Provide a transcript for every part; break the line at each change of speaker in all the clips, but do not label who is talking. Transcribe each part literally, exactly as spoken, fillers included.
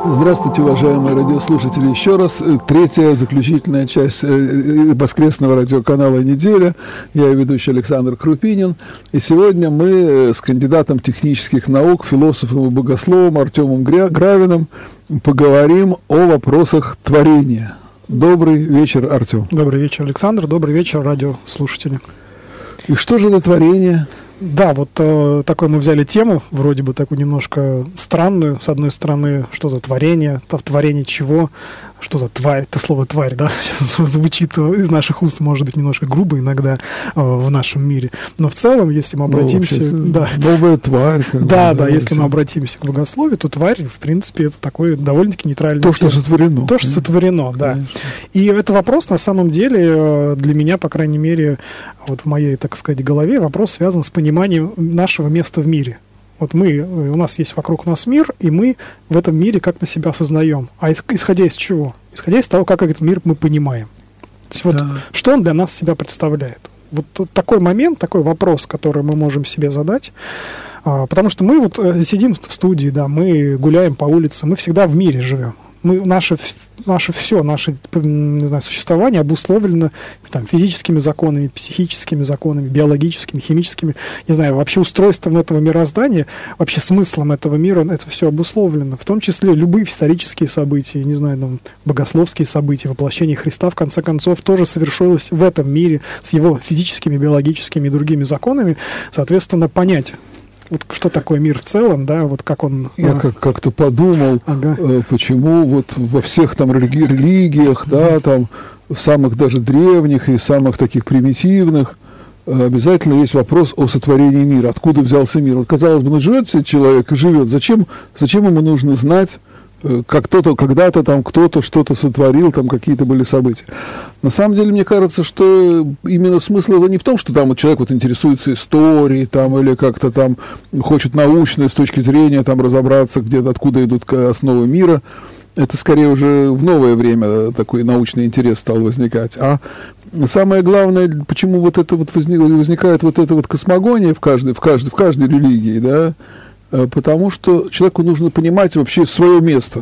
Здравствуйте, уважаемые радиослушатели. Еще раз, третья заключительная часть воскресного радиоканала «Неделя». Я ведущий Александр Крупинин. И сегодня мы с кандидатом технических наук, философом и богословом Артемом Гравиным поговорим о вопросах творения. Добрый вечер, Артем.
Добрый вечер, Александр. Добрый вечер, радиослушатели.
И что же это творение?
Да, вот э, такой мы взяли тему, вроде бы такую немножко странную. С одной стороны, что за творение, то творение чего, что за тварь, это слово «тварь», да, сейчас звучит из наших уст, может быть, немножко грубо иногда э, в нашем мире. Но в целом, если мы обратимся...
Ну,
да,
новая тварь. Как
да,
бы,
да,
да,
если
все.
мы обратимся к богословию, то тварь, в принципе, это такой довольно-таки нейтральный
То, что сотворено.
То, что сотворено, да.
Конечно.
И это вопрос, на самом деле, для меня, по крайней мере, вот в моей, так сказать, голове, вопрос связан с пониманием нашего места в мире. Вот мы, у нас есть вокруг нас мир, и мы в этом мире как-то себя осознаем. А исходя из чего? Исходя из того, как этот мир мы понимаем. То есть вот
Да.
что он для нас себя представляет. Вот такой момент, такой вопрос, который мы можем себе задать. А, потому что мы вот сидим в студии, да, мы гуляем по улице, мы всегда в мире живем. Мы, наше, наше все, наше не знаю, существование обусловлено там, физическими законами, психическими законами, биологическими, химическими, не знаю, вообще устройством этого мироздания, вообще смыслом этого мира, это все обусловлено. В том числе любые исторические события, не знаю, там, богословские события, воплощение Христа, в конце концов, тоже совершилось в этом мире с его физическими, биологическими и другими законами. Соответственно, понять, вот что такое мир в целом, да, вот как он...
Я как- как-то подумал,
Ага.
э, почему вот во всех там религи- религиях, да, там, самых даже древних и самых таких примитивных, э, обязательно есть вопрос о сотворении мира. Откуда взялся мир? Вот, казалось бы, ну, живет себе человек и живет. Зачем, зачем ему нужно знать, э, как кто-то, когда-то там кто-то что-то сотворил, там какие-то были события. На самом деле, мне кажется, что именно смысл его не в том, что там вот человек вот интересуется историей, там, или как-то там хочет научно с точки зрения там разобраться, где-то откуда идут основы мира. Это скорее уже в новое время такой научный интерес стал возникать. А самое главное, почему вот это вот возник, возникает вот эта вот космогония в каждой, в каждой, в каждой религии, да, потому что человеку нужно понимать вообще свое место.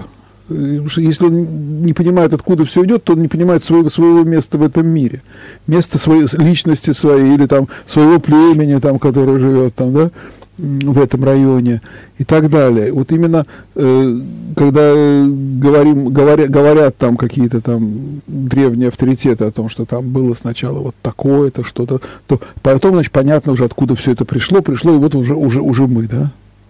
Если он не понимает, откуда все идет, то он не понимает своего, своего места в этом мире. Место своей личности своей или там своего племени, там, которое живет там, да, в этом районе и так далее. Вот именно э, когда говорим, говоря, говорят там какие-то там древние авторитеты о том, что там было сначала вот такое-то, что-то, то потом, значит, понятно уже, откуда все это пришло, пришло, и вот уже, уже, уже мы, да?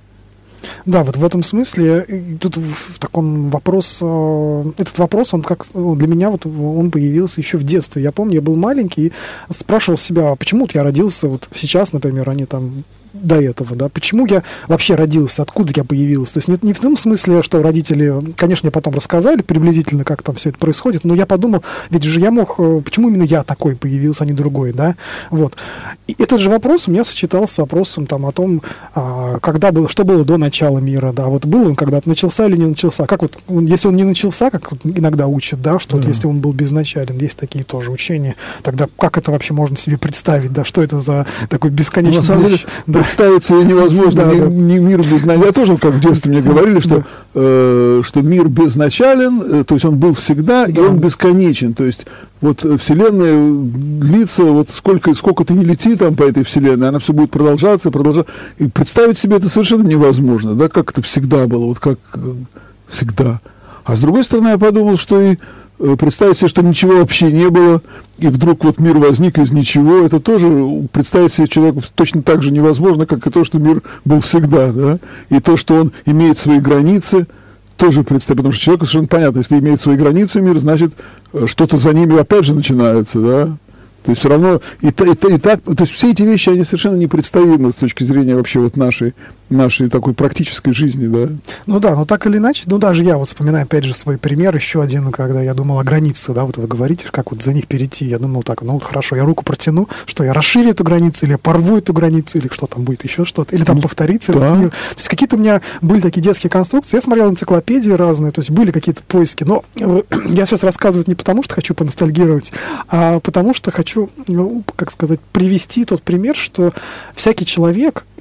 Да, вот в этом смысле тут в таком вопрос, этот вопрос, он как для меня вот он появился еще в детстве. Я помню, я был маленький и спрашивал себя, почему вот я родился вот сейчас, например, а не там до этого, да, почему я вообще родился, откуда я появился. То есть не, не в том смысле, что родители, конечно, мне потом рассказали приблизительно, как там все это происходит, но я подумал, ведь же я мог, почему именно я такой появился, а не другой, да, вот. И этот же вопрос у меня сочетался с вопросом там о том, а, когда было, что было до начала мира, да, вот был он когда-то, начался или не начался, как вот, если он не начался, как иногда учат, да, что вот, если он был безначален, есть такие тоже учения, тогда как это вообще можно себе представить, да, что это за такой бесконечный...
На самом деле,
да.
Представить себе невозможно,
Да,
ни,
да.
ни мир безначален. Я тоже, как в детстве мне говорили, что, э, что мир безначален, э, то есть он был всегда, и
Да.
он бесконечен. То есть вот э, Вселенная длится, вот сколько, сколько ты не лети там по этой Вселенной, она все будет продолжаться, продолжаться. И представить себе это совершенно невозможно, да, как это всегда было, вот как э, всегда. А с другой стороны, я подумал, что и представить себе, что ничего вообще не было, и вдруг вот мир возник из ничего, это тоже представить себе человеку точно так же невозможно, как и то, что мир был всегда, да, и то, что он имеет свои границы, тоже представить, потому что человеку совершенно понятно, если имеет свои границы мир, значит, что-то за ними опять же начинается, да. То есть все равно и, и, и так, то есть все эти вещи, они совершенно непредставимы с точки зрения вообще вот нашей, нашей такой практической жизни, да.
Ну да, но так или иначе, ну даже я вот вспоминаю опять же свой пример, еще один, когда я думал о границах, да, вот вы говорите, как вот за них перейти, я думал так, ну вот хорошо, я руку протяну, что я расширю эту границу, или я порву эту границу, или что там будет, еще что-то, или там ну, повторится
да.
этот мир. То есть какие-то у меня были такие детские конструкции, я смотрел энциклопедии разные, то есть были какие-то поиски, но я сейчас рассказываю не потому, что хочу поностальгировать, а потому что хочу, ну, как сказать, привести тот пример, что всякий человек,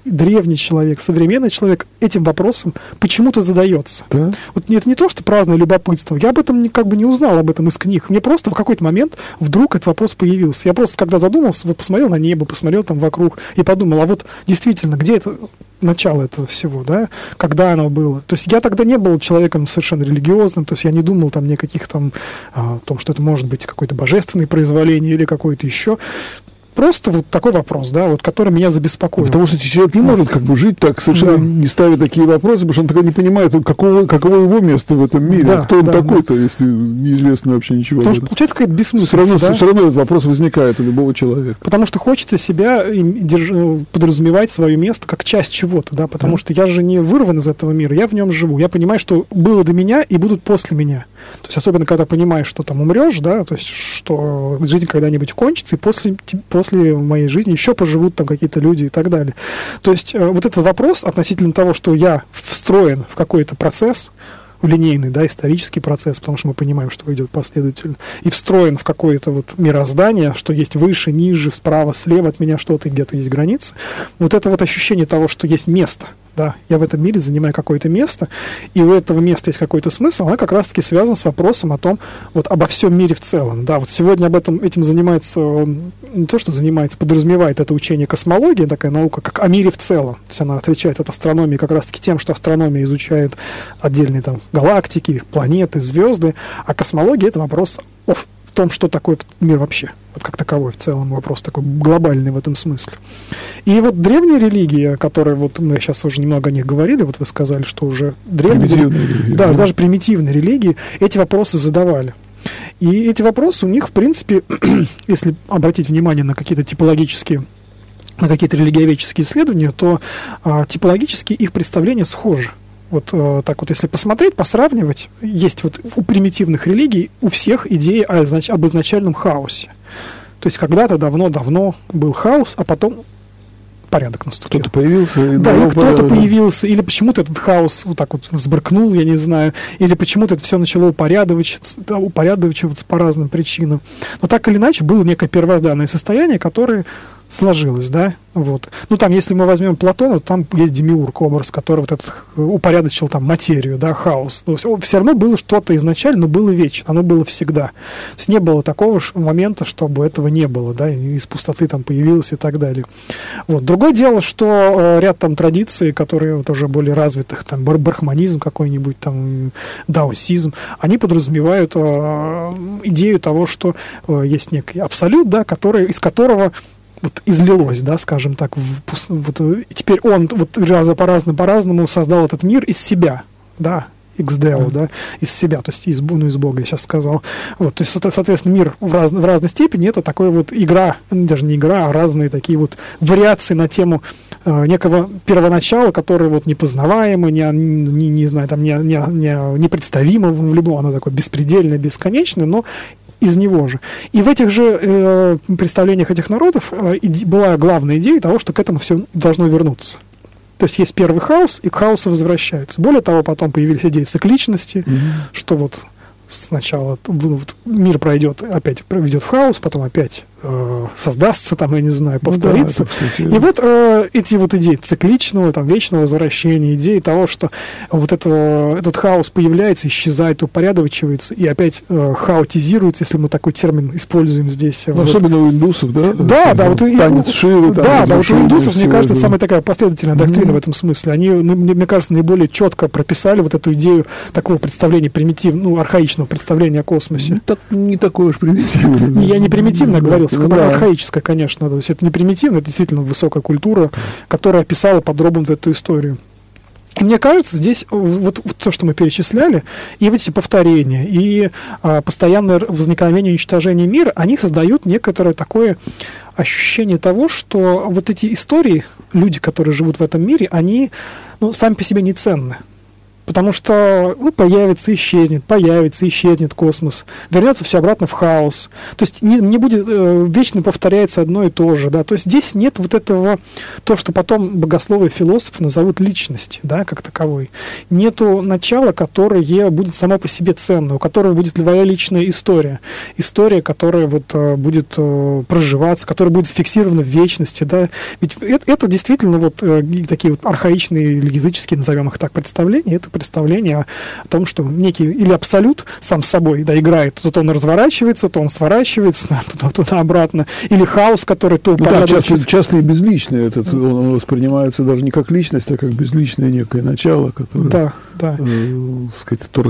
древний человек, современный человек этим вопросом почему-то задается.
Да?
Вот это не то, что праздное любопытство. Я об этом как бы не узнал, об этом из книг. Мне просто в какой-то момент вдруг этот вопрос появился. Я просто, когда задумался, вот посмотрел на небо, посмотрел там вокруг и подумал, а вот действительно, где это начало этого всего, да, когда оно было. То есть я тогда не был человеком совершенно религиозным, то есть я не думал там ни о каких там, о том, что это может быть какое-то божественное произволение или какое-то еще. Просто вот такой вопрос, да, вот, который меня забеспокоил.
Потому что человек не может как бы жить так, совершенно да. не ставя такие вопросы, потому что он тогда не понимает, какого, каково его место в этом мире,
да,
кто он
да,
такой-то, да. если неизвестно вообще ничего.
Потому что получается какая-то бессмыслица.
Все равно,
да?
все равно этот вопрос возникает у любого человека.
Потому что хочется себя держ... подразумевать свое место как часть чего-то, да, потому да. что я же не вырван из этого мира, я в нем живу, я понимаю, что было до меня и будут после меня. То есть особенно, когда понимаешь, что там умрешь, да, то есть что жизнь когда-нибудь кончится, и после, после моей жизни еще поживут там какие-то люди и так далее. То есть э, вот этот вопрос относительно того, что я встроен в какой-то процесс, линейный, да, исторический процесс, потому что мы понимаем, что идет последовательно, и встроен в какое-то вот мироздание, что есть выше, ниже, справа, слева от меня что-то, и где-то есть границы. Вот это вот ощущение того, что есть место, да, я в этом мире занимаю какое-то место, и у этого места есть какой-то смысл, она как раз-таки связана с вопросом о том, вот обо всем мире в целом, да, вот сегодня об этом, этим занимается, не то, что занимается, подразумевает это учение космология, такая наука, как о мире в целом, то есть она отличается от астрономии как раз-таки тем, что астрономия изучает отдельные там галактики, планеты, звезды, а космология — это вопрос о в том, что такое мир вообще, вот как таковой в целом, вопрос такой глобальный в этом смысле. И вот древние религии, которые вот мы сейчас уже немного о них говорили, вот вы сказали, что уже древние,
религии,
да, да, даже примитивные религии эти вопросы задавали. И эти вопросы у них, в принципе, если обратить внимание на какие-то типологические, на какие-то религиоведческие исследования, то а, типологически их представления схожи. Вот э, так вот, если посмотреть, посравнивать, есть вот у примитивных религий у всех идеи о, знач, об изначальном хаосе. То есть когда-то давно-давно был хаос, а потом порядок наступил.
Кто-то появился. И
да, или кто-то появился, или почему-то этот хаос вот так вот взбрыкнул, я не знаю, или почему-то это все начало упорядочиваться, да, упорядочиваться по разным причинам. Но так или иначе было некое первозданное состояние, которое сложилось, да, вот. Ну, там, если мы возьмем Платона, то там есть демиург, образ, который вот этот упорядочил там материю, да, хаос. То есть все равно было что-то изначально, но было вечно, оно было всегда. То есть не было такого момента, чтобы этого не было, да, из пустоты там появилось и так далее. Вот. Другое дело, что э, ряд там традиций, которые вот уже более развитых, там, бар- брахманизм какой-нибудь, там, даосизм, они подразумевают э, идею того, что э, есть некий абсолют, да, который, из которого вот излилось, да, скажем так, в, вот, и теперь он вот раза по-разному, по-разному создал этот мир из себя, да, Икс-Део, да, из себя, то есть из, ну, из Бога, я сейчас сказал. Вот, то есть, соответственно, мир в, раз, в разной степени это такая вот игра, даже не игра, а разные такие вот вариации на тему э, некого первоначала, которое вот непознаваемо, не, не, не знаю, там, не, не, не, непредставимо в любом, оно такое беспредельное, бесконечное, но из него же. И в этих же э, представлениях этих народов э, иде- была главная идея того, что к этому все должно вернуться. То есть есть первый хаос, и к хаосу возвращаются. Более того, потом появились идеи цикличности, mm-hmm. что вот сначала вот, мир пройдет, опять проведет в хаос, потом опять э, создастся, там, я не знаю, повторится. Ну, да, это, кстати, и вот э, эти вот идеи цикличного, там, вечного возвращения, идеи того, что вот это, этот хаос появляется, исчезает, упорядочивается, и опять э, хаотизируется, если мы такой термин используем здесь.
Ну,
вот.
Особенно у индусов, да?
Да, да, вот
танец Шивы.
Да, да, вот у индусов, мне кажется,
это.
самая такая последовательная доктрина mm-hmm. в этом смысле. Они, ну, мне, мне кажется, наиболее четко прописали вот эту идею такого представления примитивного, ну, архаичного представления о космосе.
Ну, так, не такое уж примитивное.
Я не примитивно
ну,
говорил,
ну,
как
да.
архаическое, конечно. То есть это не примитивно, это действительно высокая культура, которая описала подробно эту историю. И мне кажется, здесь вот, вот то, что мы перечисляли, и вот эти повторения, и а, постоянное возникновение и уничтожение мира, они создают некоторое такое ощущение того, что вот эти истории, люди, которые живут в этом мире, они, ну, сами по себе не ценны. Потому что ну, появится, исчезнет, появится, исчезнет космос, вернется все обратно в хаос. То есть не, не будет, э, вечно повторяется одно и то же. Да? То есть здесь нет вот этого, то, что потом богословы и философы назовут личности, да, как таковой. Нету начала, которое будет само по себе ценно, у которого будет твоя личная история. История, которая вот, э, будет э, проживаться, которая будет зафиксирована в вечности. Да? Ведь это, это действительно вот, э, такие вот архаичные или языческие, назовем их так, представления. Это представление о том, что некий или абсолют сам с собой да, играет. То он разворачивается, то он сворачивается, да, то, то обратно. Или хаос, который то
ну, да, часто, часто и безличный этот, он воспринимается даже не как личность, а как безличное некое начало, которое
да, да.
Э, сказать, то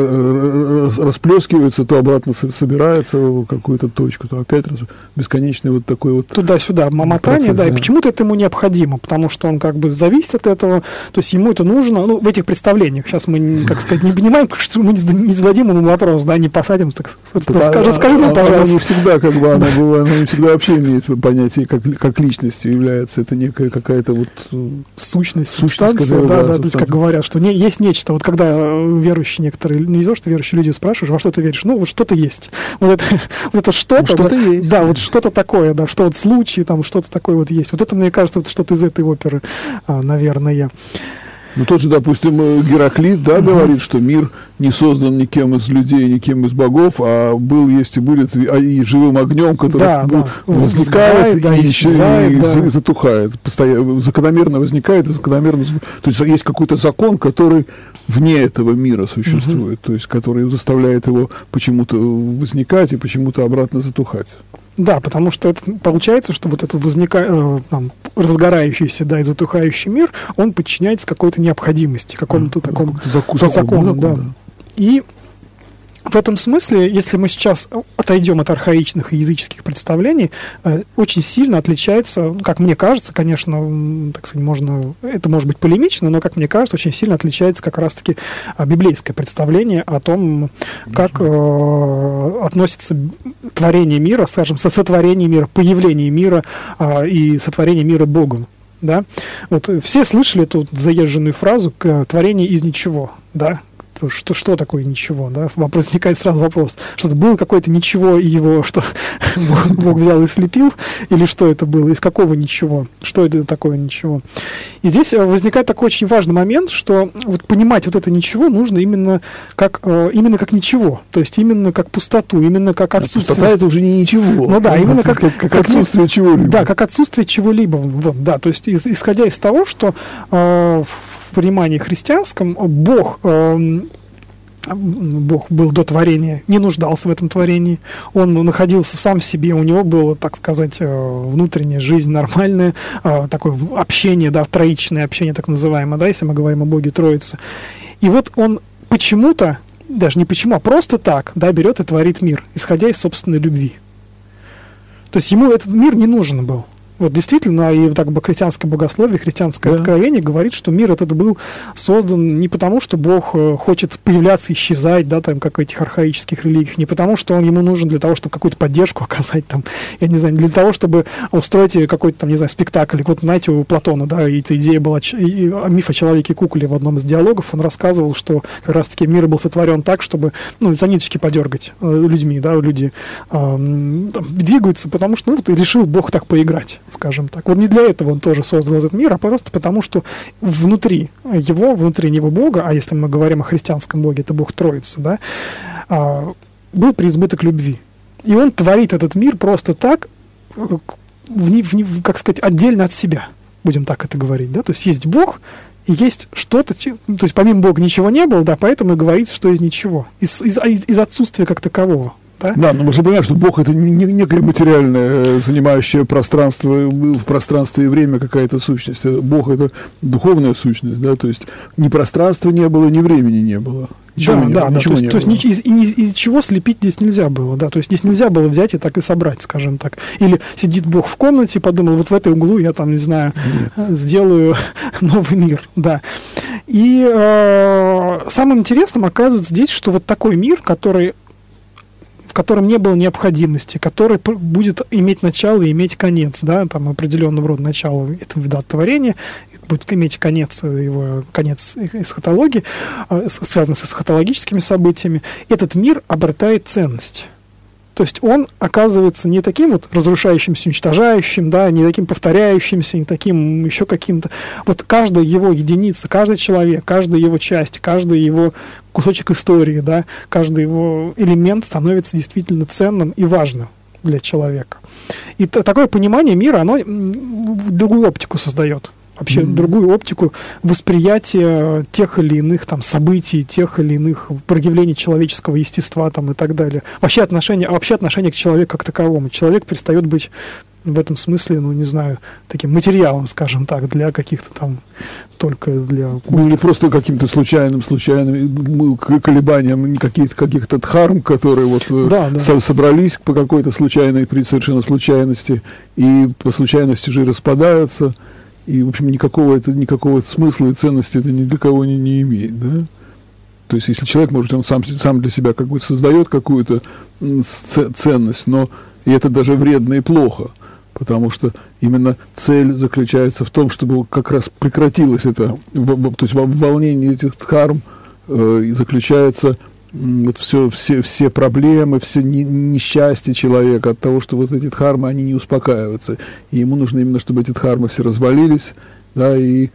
расплескивается, то обратно собирается в какую-то точку, то опять раз, бесконечный вот такой вот
туда-сюда момотание, да, да, и почему-то это ему необходимо, потому что он как бы зависит от этого, то есть ему это нужно, ну, в этих представлениях, сейчас мы, как сказать, не понимаем, что мы не зададим ему вопрос, да, не посадим, так, расскажи, расскажи нам, пожалуйста.
Она не всегда, как бы, она, она не всегда вообще имеет понятие, как, как личностью является, это некая какая-то вот
сущность, субстанция, да, да, то есть, как говорят, что не, есть нечто, вот когда верующие некоторые, не то, что верующие люди спрашиваешь, во что ты веришь, ну, вот что-то есть, вот это, вот это что-то,
ну, что-то
да,
есть,
да, вот что-то такое, да, что вот случай, там, что-то такое вот есть, вот это, мне кажется, вот что-то из этой оперы, а, наверное.
Ну, тот же, допустим, Гераклит, да, uh-huh. говорит, что мир не создан никем из людей, никем из богов, а был, есть и будет, и живым огнем, который да, да. возникает да, и, исчезает, и, да. и затухает. Постоянно, закономерно возникает и закономерно... То есть есть какой-то закон, который вне этого мира существует, uh-huh. то есть который заставляет его почему-то возникать и почему-то обратно затухать.
Да, потому что это, получается, что вот этот возника... э, там, разгорающийся, да, и затухающий мир, он подчиняется какой-то необходимости, какому-то а, такому
закон,
закону,
закон,
да.
да.
И в этом смысле, если мы сейчас отойдем от архаичных и языческих представлений, э, очень сильно отличается, как мне кажется, конечно, так сказать, можно, это может быть полемично, но, как мне кажется, очень сильно отличается как раз-таки э, библейское представление о том, как э, относится творение мира, скажем, со сотворением мира, появление мира э, и сотворение мира Богом. Да? Вот все слышали эту заезженную фразу «творение из ничего», да? Что, что такое ничего, да? Вопрос, возникает сразу вопрос, что-то было какое-то ничего, и его что Бог, Бог взял и слепил, или что это было, из какого ничего, что это такое ничего. И здесь возникает такой очень важный момент, что вот понимать вот это ничего нужно именно как, именно как ничего, то есть именно как пустоту, именно как отсутствие.
Пустота — это уже не ничего.
Ну да, именно как,
как, как, как отсутствие чего-либо.
Да, как отсутствие чего-либо. Вот, да, то есть из, исходя из того, что э, в, в понимании христианском Бог... Э, Бог был до творения, не нуждался в этом творении, он находился сам в себе, у него было, так сказать, внутренняя жизнь нормальная, такое общение, да, троичное общение, так называемое, да, если мы говорим о Боге Троице. И вот он почему-то, даже не почему, а просто так, да, берет и творит мир, исходя из собственной любви. То есть ему этот мир не нужен был. Вот действительно, и так бы христианское богословие, христианское да. откровение говорит, что мир этот был создан не потому, что Бог хочет появляться, исчезать, да, там, как в этих архаических религиях, не потому, что он ему нужен для того, чтобы какую-то поддержку оказать, там, я не знаю, для того, чтобы устроить какой-то, там, не знаю, спектакль. Вот, знаете, у Платона, да, и эта идея была, и миф о человеке-кукле в одном из диалогов, он рассказывал, что как раз-таки мир был сотворен так, чтобы, ну, за ниточки подергать э, людьми, да, люди э, там, двигаются, потому что, ну, вот, решил Бог так поиграть, скажем так. Вот не для этого он тоже создал этот мир, а просто потому, что внутри его, внутри него Бога, а если мы говорим о христианском Боге, это Бог Троицы, да, а, был преизбыток любви. И он творит этот мир просто так, в, в, как сказать, отдельно от себя, будем так это говорить, да, то есть есть Бог, и есть что-то, то есть помимо Бога ничего не было, да, поэтому и говорится, что из ничего, из, из, из отсутствия как такового. Да?
Да, но мы же понимаем, что Бог — это не, некое материальное, занимающее пространство, в пространстве и время какая-то сущность. Бог — это духовная сущность, да, то есть ни пространства не было, ни времени не было. Ничего
да,
не
да,
было,
да,
ничего
то есть,
не
то есть из, из, из чего слепить здесь нельзя было, да, то есть здесь нельзя было взять и так и собрать, скажем так. Или сидит Бог в комнате и подумал, вот в этой углу я там, не знаю, Нет. сделаю новый мир, да. И э, самым интересным оказывается здесь, что вот такой мир, который в котором не было необходимости, который будет иметь начало и иметь конец, да, там определенного рода начало этого вида творения, будет иметь конец, его конец эсхатологии, связанный с эсхатологическими событиями, этот мир обретает ценность. То есть он оказывается не таким вот разрушающимся, уничтожающим, да, не таким повторяющимся, не таким еще каким-то. Вот каждая его единица, каждый человек, каждая его часть, каждый его кусочек истории, да, каждый его элемент становится действительно ценным и важным для человека. И т- такое понимание мира, оно другую оптику создает. Вообще mm-hmm. другую оптику восприятия тех или иных там событий, тех или иных проявлений человеческого естества там и так далее. Вообще отношение, вообще отношение к человеку как таковому. Человек перестает быть в этом смысле, ну, не знаю, таким материалом, скажем так, для каких-то там, только для...
Ну, или просто каким-то случайным, случайным колебанием каких-то, каких-то дхарм, которые вот да, да. Со- собрались по какой-то случайной, при совершенно случайности, и по случайности же и распадаются. И, в общем, никакого, это, никакого смысла и ценности это ни для кого не, не имеет, да? То есть, если человек, может, он сам, сам для себя как бы создает какую-то ценность, но и это даже вредно и плохо, потому что именно цель заключается в том, чтобы как раз прекратилось это, то есть в волнении этих дхарм э, заключается вот все, все, все проблемы, все несчастье человека от того, что вот эти дхармы, они не успокаиваются. И ему нужно именно, чтобы эти дхармы все развалились, да, и,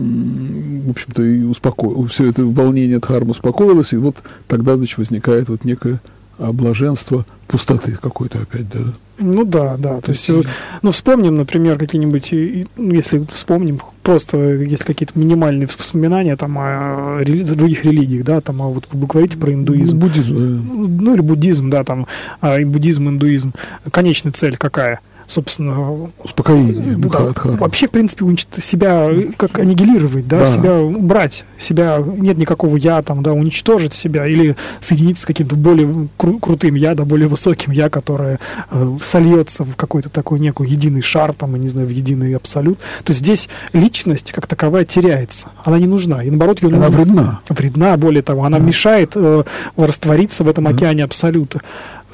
в общем-то, и успоко... все это волнение дхарм успокоилось, и вот тогда, значит, возникает вот некое блаженство пустоты какой-то опять, да.
Ну да, да. То есть, ну, вспомним, например, какие-нибудь, если вспомним, просто есть какие-то минимальные воспоминания там о рели- других религиях, да, там, а вот вы говорите про индуизм.
Буддизм, да.
Ну, или буддизм, да, там, а, и буддизм, индуизм. Конечная цель какая? Собственно,
успокоение.
Да, вообще, в принципе, себя как аннигилировать, да, да, себя убрать, себя, нет никакого я, там, да, уничтожить себя или соединиться с каким-то более кру- крутым я, да, более высоким я, которое э, сольется в какой-то такой некий единый шар, там, я не знаю, в единый абсолют. То есть здесь личность как таковая теряется, она не нужна, и наоборот, ее
она
нужно...
вредна.
Вредна, более того, она да. мешает э, раствориться в этом да. океане абсолюта.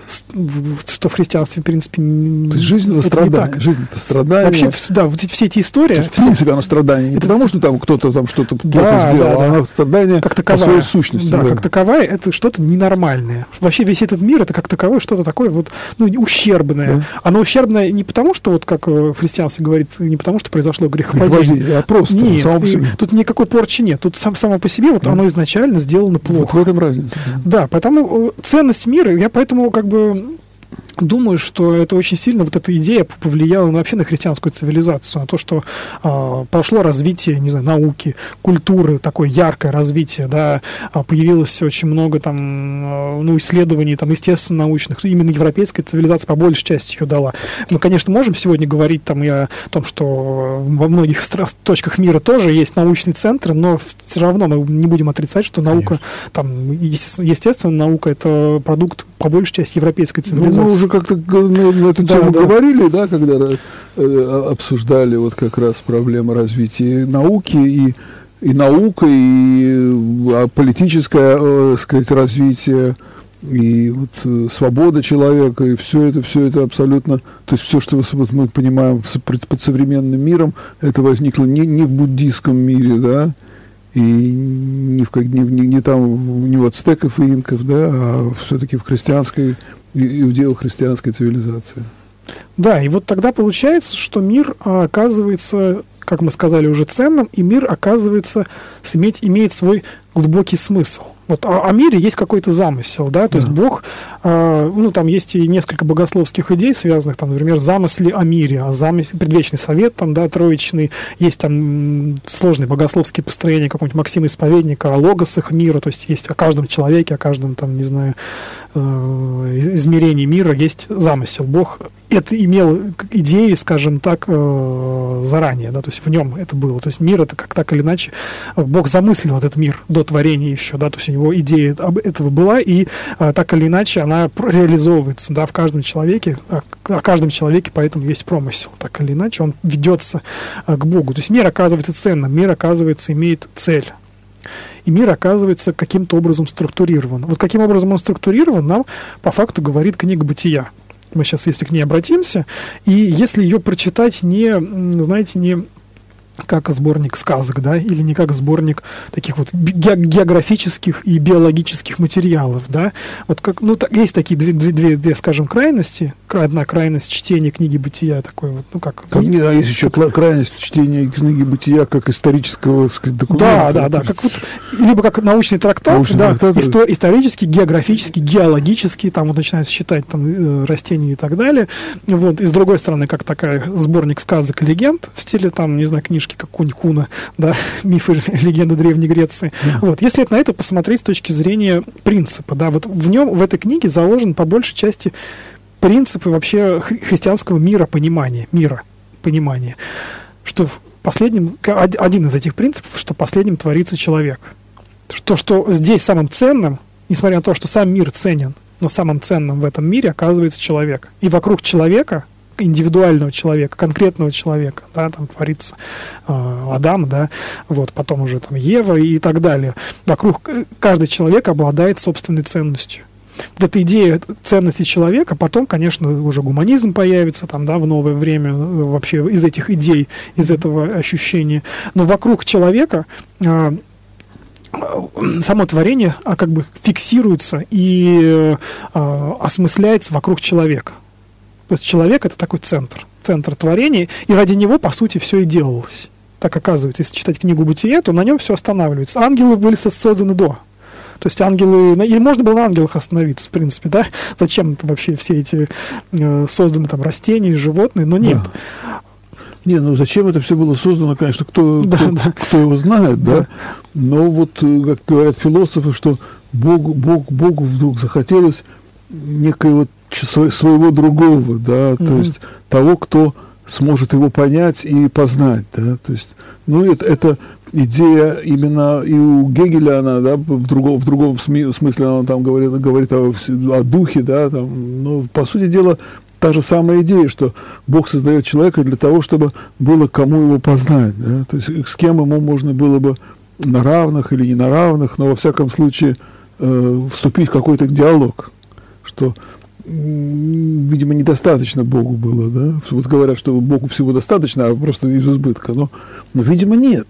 Что в христианстве, в принципе,
то есть жизнь это страдание, жизнь это страдание.
Вообще, да, вот все эти истории. То есть,
в принципе, оно страдание. Не это... потому, что там кто-то там что-то плохо да, сделал, да, да. а оно страдание
как таковая,
по своей сущности.
Да,
да,
как таковая, это что-то ненормальное. Вообще весь этот мир, это как таковое что-то такое вот, ну, ущербное. Да. Оно ущербное не потому, что, вот как в христианстве говорится, не потому, что произошло грехопадение.
А просто
нет, само по себе. Тут никакой порчи нет. Тут сам, само по себе вот да. оно изначально сделано плохо.
Вот в этом разница.
Да, да, поэтому ценность мира, я поэтому как бы... Думаю, что это очень сильно, вот эта идея повлияла вообще на христианскую цивилизацию, на то, что э, прошло развитие, не знаю, науки, культуры, такое яркое развитие, да, появилось очень много там, э, ну, исследований, там, естественно-научных, именно европейская цивилизация по большей части ее дала. Мы, конечно, можем сегодня говорить там и о том, что во многих стра- точках мира тоже есть научные центры, но все равно мы не будем отрицать, что наука, конечно. Там, естественно, наука — это продукт по большей части европейской цивилизации.
Ну, мы уже как-то на, на эту да, тему да. говорили, да, когда э, обсуждали вот как раз проблемы развития науки, и, и наука, и а, политическое, э, сказать, развитие, и вот э, свобода человека, и все это, все это абсолютно, то есть все, что вот мы понимаем под современным миром, это возникло не, не в буддийском мире, да, и не, в, не, не, не там, не у ацтеков и инков, да, а все-таки в христианской, иудео-христианской цивилизации.
Да, и вот тогда получается, что мир оказывается, как мы сказали, уже ценным, и мир оказывается иметь, имеет свой глубокий смысл. Вот о, о мире есть какой-то замысел, да, то да. есть Бог, э, ну, там есть и несколько богословских идей, связанных, там, например, замысли о мире, о замысле, предвечный совет, там, да, троичный, есть там сложные богословские построения какого-нибудь Максима Исповедника о логосах мира, то есть есть о каждом человеке, о каждом, там, не знаю, э, измерении мира есть замысел. Бог это имел идеи, скажем так, э, заранее, да, то есть в нем это было, то есть мир это как так или иначе, Бог замыслил этот мир до творения еще, да, то есть у него идея об этого была, и а, так или иначе она реализовывается, да, в каждом человеке, о, о каждом человеке поэтому есть промысел, так или иначе он ведется а, к Богу, то есть мир оказывается ценным, мир оказывается имеет цель. И мир оказывается каким-то образом структурирован. Вот каким образом он структурирован, нам по факту говорит книга «Бытия». Мы сейчас, если к ней обратимся, и если ее прочитать не, знаете, не как сборник сказок, да, или не как сборник таких вот географических и биологических материалов, да, вот как, ну, так, есть такие две, две, две, две, скажем, крайности. Одна крайность чтения книги «Бытия», такой вот, ну, как...
как не, а есть еще крайность чтения книги «Бытия» как исторического, так сказать, документа.
Да, да, да, как вот, либо как научный трактат, научный да, трактат истор, исторический, географический, геологический, там вот начинают считать там растения и так далее, вот, и с другой стороны, как такая сборник сказок и легенд в стиле, там, не знаю, книжки как Кунь-Куна, да, мифы, легенды Древней Греции. Yeah. Вот. Если на это посмотреть с точки зрения принципа, да, вот в нем, в этой книге заложен по большей части принципы вообще хри- христианского мира понимания, мира понимания, что в последнем, один из этих принципов, что последним творится человек. То, что здесь самым ценным, несмотря на то, что сам мир ценен, но самым ценным в этом мире оказывается человек. И вокруг человека, индивидуального человека, конкретного человека, да, там творится э, Адам, да, вот, потом уже там Ева и так далее. Вокруг каждый человек обладает собственной ценностью. Вот эта идея ценности человека, потом, конечно, уже гуманизм появится там, да, в новое время, вообще из этих идей, из этого ощущения. Но вокруг человека э, само творение а, как бы фиксируется и э, осмысляется вокруг человека. То есть человек — это такой центр, центр творения, и ради него, по сути, все и делалось. Так оказывается, если читать книгу «Бытие», то на нем все останавливается. Ангелы были созданы до. То есть ангелы... И можно было на ангелах остановиться, в принципе, да? Зачем это вообще все эти э, созданы там растения, животные? Но нет.
Да. Не, ну зачем это все было создано, конечно, кто,
да,
кто,
да.
кто его знает, да? да? Но вот, как говорят философы, что Богу, Бог, Богу вдруг захотелось некоего своего другого, да, mm-hmm. то есть того, кто сможет его понять и познать, да, то есть, ну, это, это идея именно и у Гегеля, она, да, в другом, в другом смысле она там говорит, говорит о, о духе, да, там, но, по сути дела, та же самая идея, что Бог создает человека для того, чтобы было кому его познать, да, то есть с кем ему можно было бы на равных или не на равных, но, во всяком случае, э, вступить в какой-то диалог, что, видимо, недостаточно Богу было, да? Вот говорят, что Богу всего достаточно, а просто из избытка. Но, но видимо, нет.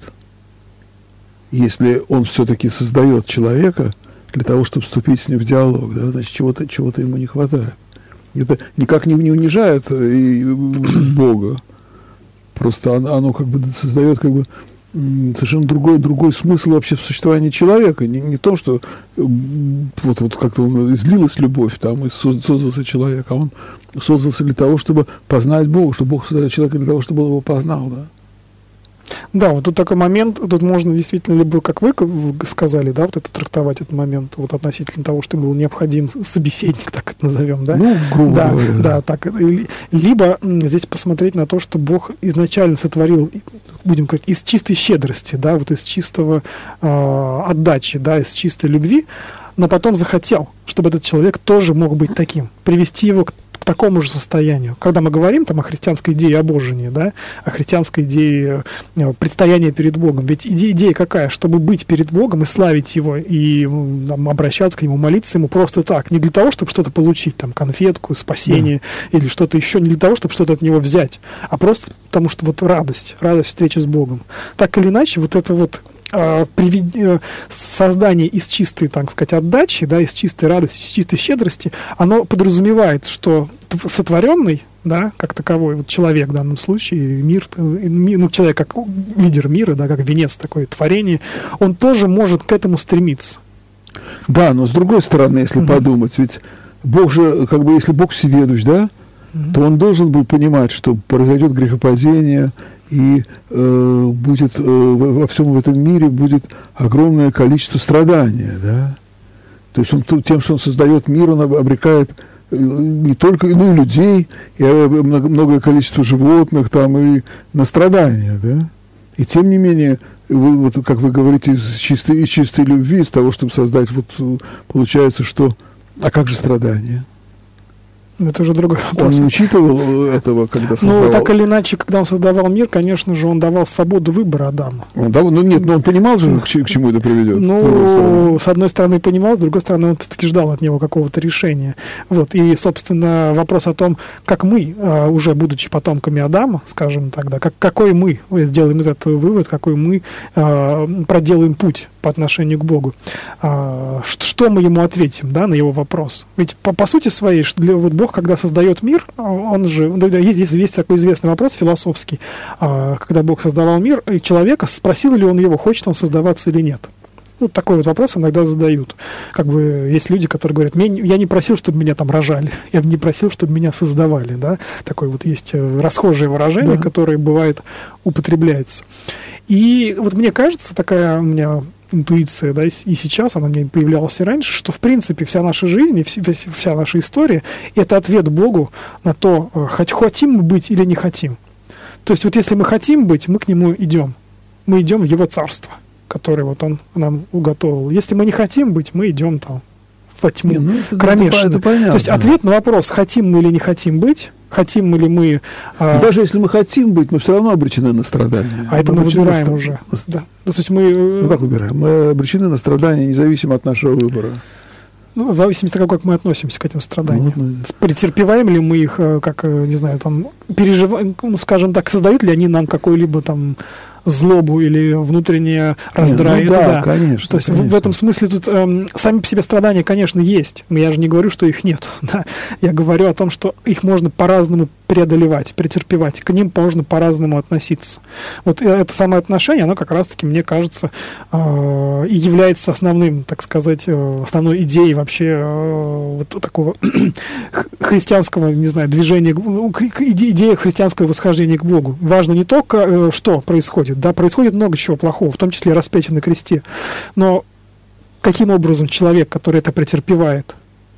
Если он все-таки создает человека для того, чтобы вступить с ним в диалог, да, значит, чего-то, чего-то ему не хватает. Это никак не, не унижает и Бога. Просто оно, оно как бы создает как бы совершенно другой, другой смысл вообще в существовании человека. Не, не то, что вот, вот как-то он излилась любовь, там, и создался человек, а он создался для того, чтобы познать Бога, что Бог создал человека для того, чтобы он его познал, да.
Да, вот тут такой момент, тут можно действительно, либо, как вы сказали, да, вот это трактовать этот момент, вот относительно того, что был необходим собеседник, так это назовем, да?
Ну, грубо
да,
говоря.
Да, так. Либо здесь посмотреть на то, что Бог изначально сотворил, будем говорить, из чистой щедрости, да, вот из чистого э, отдачи, да, из чистой любви, но потом захотел, чтобы этот человек тоже мог быть таким, привести его к к такому же состоянию. Когда мы говорим там о христианской идее обожения, да, о христианской идее э, предстояния перед Богом, ведь идея, идея какая? Чтобы быть перед Богом и славить Его, и там, обращаться к Нему, молиться Ему просто так, не для того, чтобы что-то получить, там, конфетку, спасение, да. Или что-то еще, не для того, чтобы что-то от Него взять, а просто потому что вот радость, радость встречи с Богом. Так или иначе, вот это вот создание из чистой, так сказать, отдачи, да, из чистой радости, из чистой щедрости, оно подразумевает, что сотворенный, да, как таковой, вот человек в данном случае, мир, ну, человек как лидер мира, да, как венец такое творение, он тоже может к этому стремиться.
Да, но с другой стороны, если mm-hmm. подумать, ведь Бог же, как бы, если Бог всеведущ, да, mm-hmm. то он должен был понимать, что произойдет грехопадение, и э, будет э, во всем в этом мире будет огромное количество страдания, да. То есть он тем, что он создает мир, он обрекает не только, ну, и людей, и многое количество животных там, и на страдания, да. И тем не менее, вы, вот, как вы говорите, из чистой, из чистой любви, из того, чтобы создать, вот получается, что, а как же страдания?
Это уже другой вопрос.
Он не учитывал этого, когда создавал?
Ну, так или иначе, когда он создавал мир, конечно же, он давал свободу выбора Адаму.
Он давал, ну, нет, но он понимал же, к, к чему это приведет?
Ну, с одной стороны, понимал, с другой стороны, он все-таки ждал от него какого-то решения. Вот. И, собственно, вопрос о том, как мы, уже будучи потомками Адама, скажем тогда, как, какой мы, сделаем из этого вывод, какой мы проделаем путь по отношению к Богу. Что мы ему ответим, да, на его вопрос? Ведь по, по сути своей, для, вот Бог, когда создает мир, он же, есть, есть такой известный вопрос философский, когда Бог создавал мир, и человека, спросил ли он его, хочет он создаваться или нет. Ну, такой вот вопрос иногда задают. Как бы есть люди, которые говорят, я не просил, чтобы меня там рожали, я не просил, чтобы меня создавали, да. Такое вот есть расхожее выражение, да, которое бывает употребляется. И вот мне кажется, такая у меня интуиция, да, и сейчас она мне появлялась и раньше, что, в принципе, вся наша жизнь и вся наша история — это ответ Богу на то, хотим мы быть или не хотим. То есть вот если мы хотим быть, мы к Нему идем. Мы идем в Его царство, которое вот Он нам уготовил. Если мы не хотим быть, мы идем там во тьму, не, ну, это, кромешную. Это, это понятно. То есть ответ на вопрос, хотим мы или не хотим быть, хотим мы ли мы... А...
Даже если мы хотим быть, мы все равно обречены на страдания.
А мы это мы выбираем на... уже. Да. Ну, то есть мы...
ну как выбираем? Мы обречены на страдания, независимо от нашего выбора.
Ну, в зависимости от того, как мы относимся к этим страданиям. Ну, ну... Претерпеваем ли мы их, как, не знаю, там, переживаем, ну, скажем так, создают ли они нам какой-либо там злобу или внутреннее раздраие.
Ну, да,
да,
конечно.
То есть
конечно.
В, в этом смысле тут эм, сами по себе страдания, конечно, есть. Но я же не говорю, что их нет. Да? Я говорю о том, что их можно по-разному преодолевать, претерпевать. К ним можно по-разному относиться. Вот это самое отношение, оно как раз-таки, мне кажется, э, и является основным, так сказать, э, основной идеей вообще э, вот такого христианского, не знаю, движения, идея христианского восхождения к Богу. Важно не только, э, что происходит. Да, происходит много чего плохого, в том числе распятие на кресте. Но каким образом человек, который это претерпевает,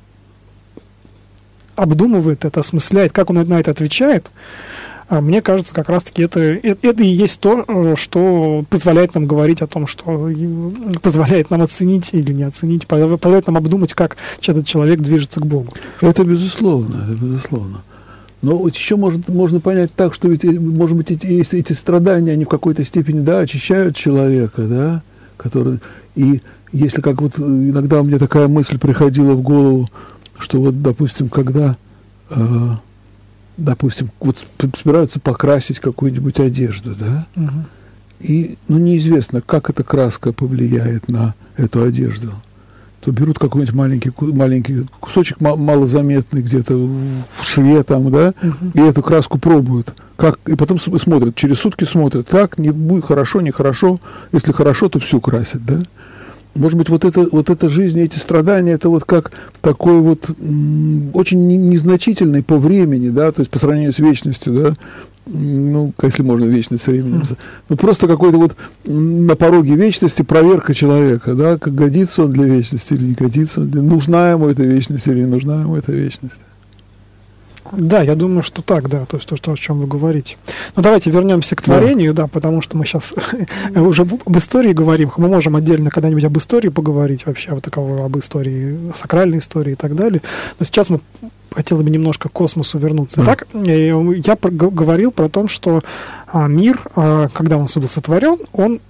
обдумывает это, осмысляет, как он на это отвечает, мне кажется, как раз-таки это, это и есть то, что позволяет нам говорить о том, что позволяет нам оценить или не оценить, позволяет нам обдумать, как этот человек движется к Богу.
Это безусловно, это безусловно. Но вот еще может, можно понять так, что ведь, может быть, эти, эти страдания, они в какой-то степени, да, очищают человека, да, который... И если как вот иногда у меня такая мысль приходила в голову, что вот, допустим, когда, э, допустим, вот собираются покрасить какую-нибудь одежду, да, угу. И, ну, неизвестно, как эта краска повлияет на эту одежду. То берут какой-нибудь маленький, маленький кусочек малозаметный где-то в шве там, да, uh-huh. и эту краску пробуют. Как, и потом смотрят, через сутки смотрят, так, не будет хорошо, нехорошо. Если хорошо, то всю красят, да. Может быть, вот, это, вот эта жизнь, эти страдания, это вот как такой вот м- очень незначительный по времени, да, то есть по сравнению с вечностью, да, ну, если можно вечность с временем, mm. ну, просто какой-то вот на пороге вечности проверка человека, да, как годится он для вечности или не годится, он для... нужна ему эта вечность или не нужна ему эта вечность.
Да, я думаю, что так, да, то есть то, что, о чем вы говорите. Но давайте вернемся к творению, да, да потому что мы сейчас уже об истории говорим, мы можем отдельно когда-нибудь об истории поговорить вообще, вот такого, об истории, сакральной истории и так далее, но сейчас мы хотели бы немножко к космосу вернуться. Итак, я говорил про то, что мир, когда он был сотворен, он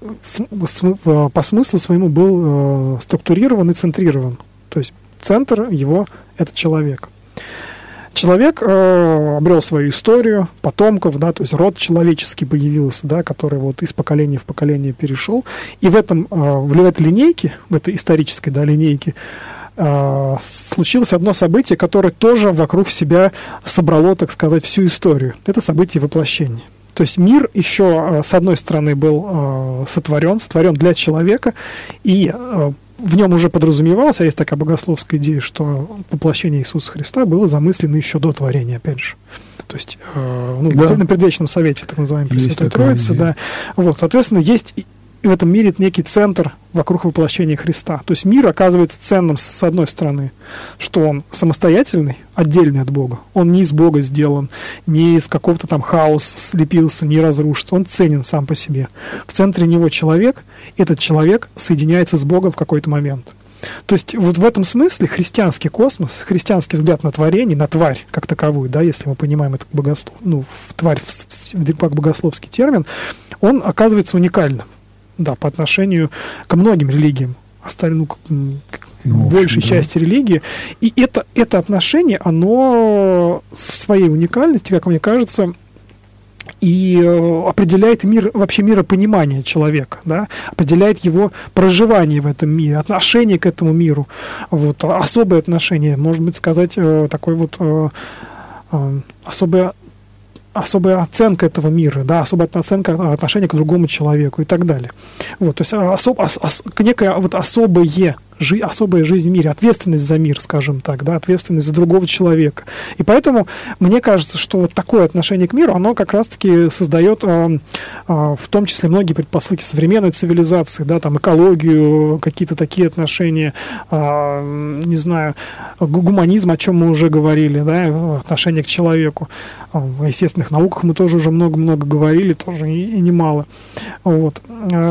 по смыслу своему был структурирован и центрирован. То есть центр его — это человек. Человек э, обрел свою историю, потомков, да, то есть род человеческий появился, да, который вот из поколения в поколение перешел. И в этом, э, в этой линейке, в этой исторической, да, линейке, э, случилось одно событие, которое тоже вокруг себя собрало, так сказать, всю историю. Это событие воплощения. То есть мир еще, с одной стороны, был э, сотворен, сотворен для человека, и э, в нем уже подразумевалось, а есть такая богословская идея, что воплощение Иисуса Христа было замыслено еще до творения, опять же. То есть э, ну, да. на предвечном совете, так называемой Пресвятой Троицы, да. Вот, соответственно, есть и в этом мире некий центр вокруг воплощения Христа. То есть мир оказывается ценным с одной стороны, что он самостоятельный, отдельный от Бога. Он не из Бога сделан, не из какого-то там хаоса слепился, не разрушится. Он ценен сам по себе. В центре него человек, этот человек соединяется с Богом в какой-то момент. То есть вот в этом смысле христианский космос, христианский взгляд на творение, на тварь как таковую, да, если мы понимаем это богослов, ну, в тварь как богословский термин, он оказывается уникальным, да, по отношению ко многим религиям, остальным, ну, ну, большей общем, части да. религии. И это, это отношение, оно в своей уникальности, как мне кажется, и определяет мир, вообще миропонимание человека, да, определяет его проживание в этом мире, отношение к этому миру, вот, особое отношение, может быть, сказать, такой вот особое особая оценка этого мира, да, особая оценка отношения к другому человеку и так далее. Вот, то есть особ, ос, ос, некое вот особое, жи, особая жизнь в мире, ответственность за мир, скажем так, да, ответственность за другого человека. И поэтому мне кажется, что вот такое отношение к миру, оно как раз-таки создает э, э, в том числе многие предпосылки современной цивилизации, да, там экологию, какие-то такие отношения, э, не знаю, гуманизм, о чем мы уже говорили, да, отношение к человеку. В естественных науках мы тоже уже много-много говорили, тоже и, и немало. Вот.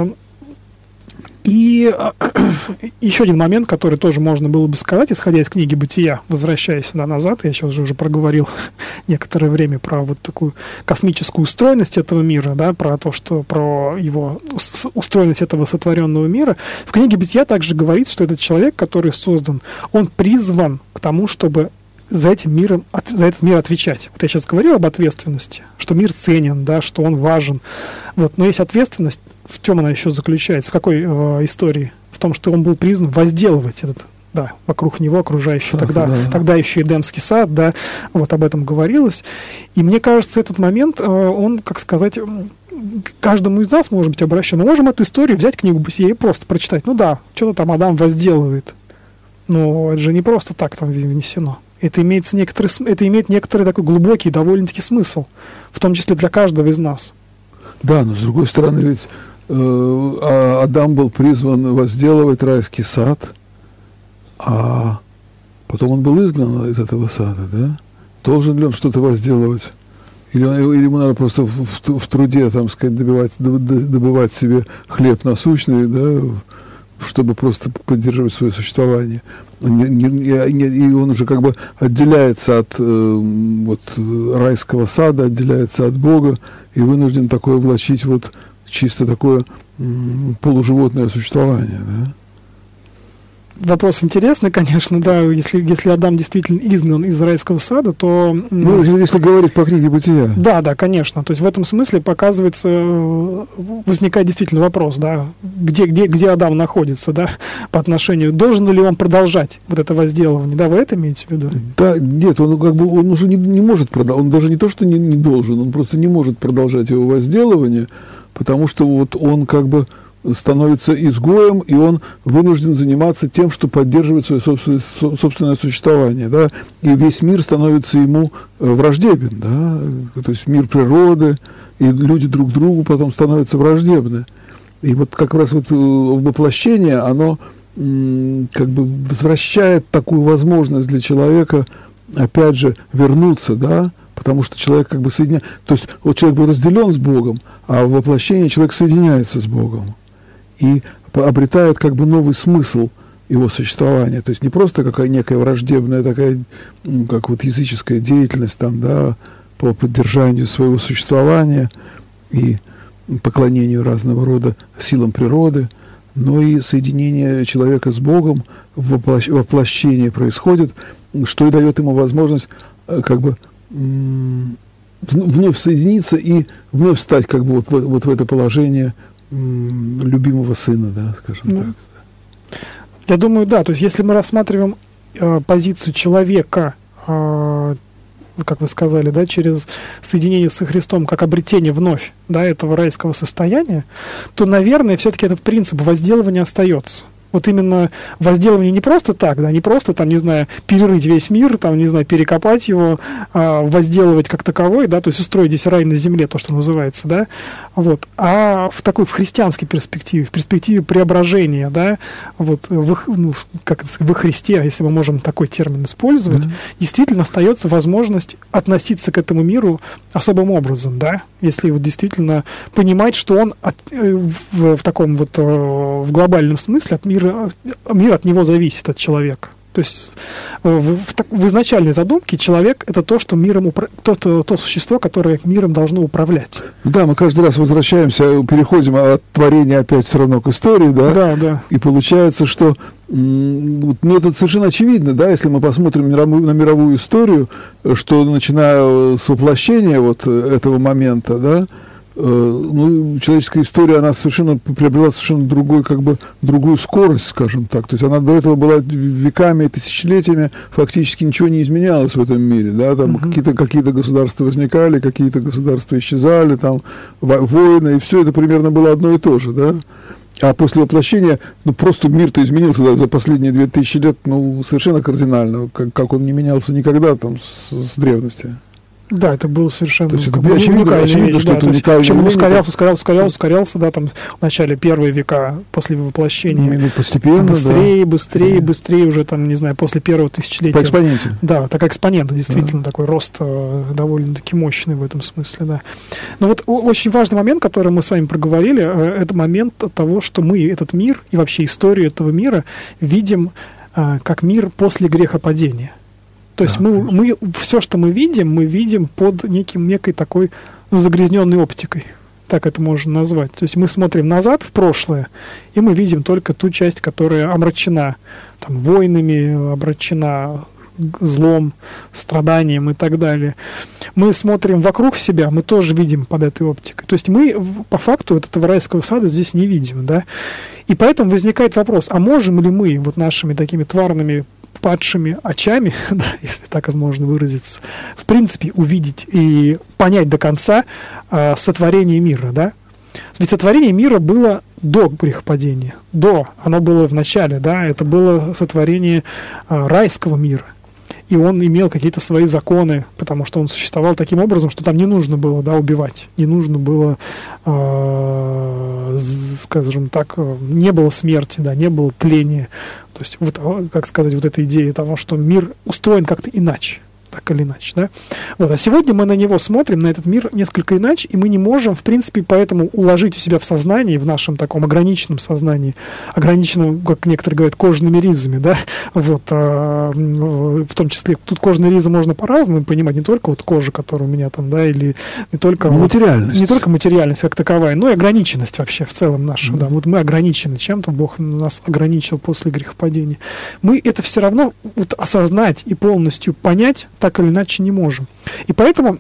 И еще один момент, который тоже можно было бы сказать, исходя из книги «Бытия», возвращаясь сюда назад, я сейчас уже проговорил некоторое время про вот такую космическую устроенность этого мира, да, про то, что про его устроенность этого сотворенного мира. В книге «Бытия» также говорится, что этот человек, который создан, он призван к тому, чтобы за этим миром, за этот мир отвечать. Вот я сейчас говорил об ответственности, что мир ценен, да, что он важен. Вот, но есть ответственность, в чем она еще заключается, в какой э, истории? В том, что он был призван возделывать этот, да, вокруг него окружающий сад, тогда, да. тогда еще Эдемский сад, да, вот об этом говорилось. И мне кажется, этот момент, э, он, как сказать, каждому из нас может быть обращен. Мы можем эту историю взять, книгу «Бытия» и просто прочитать. Ну да, что-то там Адам возделывает. Но это же не просто так там внесено. Это, имеется некоторый, это имеет некоторый такой глубокий, довольно-таки смысл, в том числе для каждого из нас.
Да, но с другой стороны, ведь э, Адам был призван возделывать райский сад, а потом он был изгнан из этого сада, да? Должен ли он что-то возделывать? Или, он, или ему надо просто в, в, в труде, там сказать, добивать, добывать себе хлеб насущный, да, чтобы просто поддерживать свое существование. И он уже как бы отделяется от э, вот, райского сада, отделяется от Бога и вынужден такое влачить вот чисто такое м, полуживотное существование, да?
Вопрос интересный, конечно, да, если, если Адам действительно изгнан из райского сада, то...
Ну, если говорить по книге «Бытия».
Да, да, конечно. То есть в этом смысле показывается, возникает действительно вопрос, да, где, где, где Адам находится, да, по отношению, должен ли он продолжать вот это возделывание, да, вы это имеете в виду?
Да, нет, он как бы, он уже не, не может продолжать, он даже не то, что не, не должен, он просто не может продолжать его возделывание, потому что вот он как бы становится изгоем, и он вынужден заниматься тем, что поддерживает свое собственное, собственное существование, да, и весь мир становится ему враждебен, да, то есть мир природы, и люди друг другу потом становятся враждебны. И вот как раз вот воплощение, оно м, как бы возвращает такую возможность для человека, опять же, вернуться, да, потому что человек как бы соединяет, то есть вот человек был разделен с Богом, а в воплощении человек соединяется с Богом и обретает как бы новый смысл его существования. То есть не просто какая некая враждебная такая, ну, как вот языческая деятельность там, да, по поддержанию своего существования и поклонению разного рода силам природы, но и соединение человека с Богом, воплощ... воплощение происходит, что и дает ему возможность как бы вновь соединиться и вновь стать как бы вот в, вот в это положение любимого сына, да, скажем ну, так.
Я думаю, да, то есть если мы рассматриваем э, позицию человека, э, как вы сказали, да, через соединение со Христом, как обретение вновь, да, этого райского состояния, то, наверное, все-таки этот принцип возделывания остается. Вот именно возделывание не просто так, да, не просто, там, не знаю, перерыть весь мир, там, не знаю, перекопать его, а, возделывать как таковой, да, то есть устроить здесь рай на земле, то, что называется, да, вот, а в такой, в христианской перспективе, в перспективе преображения, да, вот, в, ну, как это сказать, во Христе, если мы можем такой термин использовать, mm-hmm. действительно остается возможность относиться к этому миру особым образом, да, если вот действительно понимать, что он от, в, в таком вот, в глобальном смысле от мира мир, мир от него зависит, от человека. То есть в, в, в изначальной задумке человек — это то, что миром упра... то, то, то существо, которое миром должно управлять.
Да, мы каждый раз возвращаемся, переходим от творения опять все равно к истории, да?
Да, да.
И получается, что, ну, это совершенно очевидно, да, если мы посмотрим на мировую историю, что начиная с воплощения вот этого момента, да, ну, человеческая история, она совершенно приобрела совершенно другой, как бы, другую скорость, скажем так. То есть она до этого была веками, тысячелетиями, фактически ничего не изменялось в этом мире. Да? Там uh-huh. какие-то, какие-то государства возникали, какие-то государства исчезали, там войны, и все это примерно было одно и то же. Да? А после воплощения, ну, просто мир-то изменился, да, за последние две тысячи лет, ну, совершенно кардинально, как, как он не менялся никогда там с, с древности.
Да, это было совершенно...
То есть это очевидно, очевидно, что
да,
это уникальный...
Причем он ускорялся, ускорялся, ускорялся, ускорялся, да, там, в начале первые века после воплощения.
Ну, постепенно,
быстрее, да. быстрее, быстрее уже, там, не знаю, после первого тысячелетия.
По экспоненте.
Да, так экспонент, действительно,
да.
такой рост э, довольно-таки мощный в этом смысле, да. Но вот очень важный момент, который мы с вами проговорили, э, это момент того, что мы этот мир и вообще историю этого мира видим э, как мир после грехопадения. То есть да, мы, мы все, что мы видим, мы видим под неким, некой такой, ну, загрязненной оптикой. Так это можно назвать. То есть мы смотрим назад, в прошлое, и мы видим только ту часть, которая омрачена там, войнами, омрачена злом, страданием и так далее. Мы смотрим вокруг себя, мы тоже видим под этой оптикой. То есть мы по факту этого райского сада здесь не видим. Да? И поэтому возникает вопрос, а можем ли мы вот нашими такими тварными падшими очами, да, если так можно выразиться, в принципе, увидеть и понять до конца э, сотворение мира, да? Ведь сотворение мира было до грехопадения, до, оно было в начале, да, это было сотворение э, райского мира. И он имел какие-то свои законы, потому что он существовал таким образом, что там не нужно было, да, убивать, не нужно было, э, скажем так, не было смерти, да, не было тления. То есть, вот, как сказать, вот эта идея того, что мир устроен как-то иначе, так или иначе, да. Вот, а сегодня мы на него смотрим, на этот мир несколько иначе, и мы не можем, в принципе, поэтому уложить у себя в сознании, в нашем таком ограниченном сознании, ограниченном, как некоторые говорят, кожными ризами, да, вот, а, в том числе, тут кожные ризы можно по-разному понимать, не только вот кожа, которая у меня там, да, или не только...
Вот, материальность.
Не только материальность как таковая, но и ограниченность вообще в целом наша, mm-hmm. да, вот мы ограничены чем-то, Бог нас ограничил после грехопадения. Мы это все равно вот осознать и полностью понять так или иначе не можем. И поэтому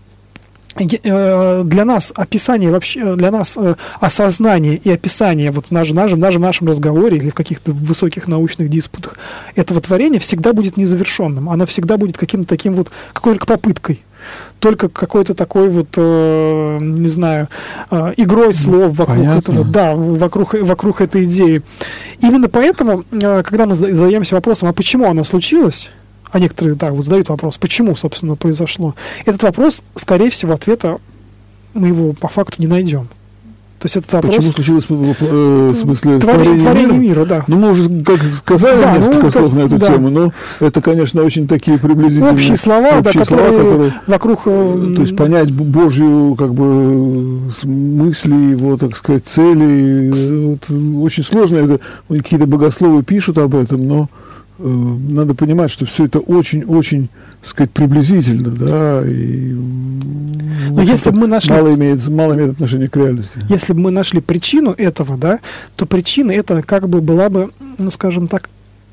для нас описание вообще, для нас осознание и описание вот в нашем, нашем, даже в нашем разговоре или в каких-то высоких научных диспутах этого творения всегда будет незавершенным. Оно всегда будет каким-то таким вот, какой-то попыткой. Только какой-то такой вот, э, не знаю, э, игрой слов вокруг Понятно. этого, да, вокруг, вокруг этой идеи. Именно поэтому, э, когда мы задаемся вопросом, а почему оно случилось, а некоторые так вот задают вопрос, почему, собственно, произошло. Этот вопрос, скорее всего, ответа мы его по факту не найдем. То есть этот вопрос...
Почему случилось э, в смысле
творение, творение мира? мира, да.
Ну, мы уже как сказали да, несколько ну, слов на эту да. тему, но это, конечно, очень такие приблизительные...
Общие слова, общие да, слова которые, которые вокруг...
То есть понять Божью, как бы, мысли, его, так сказать, цели. Вот, очень сложно. Это, какие-то богословы пишут об этом, но надо понимать, что все это очень-очень, так сказать, приблизительно, да, и
но если бы мы нашли,
мало имеет, мало имеет отношения к реальности.
Если бы мы нашли причину этого, да, то причина это как бы была бы, ну, скажем так,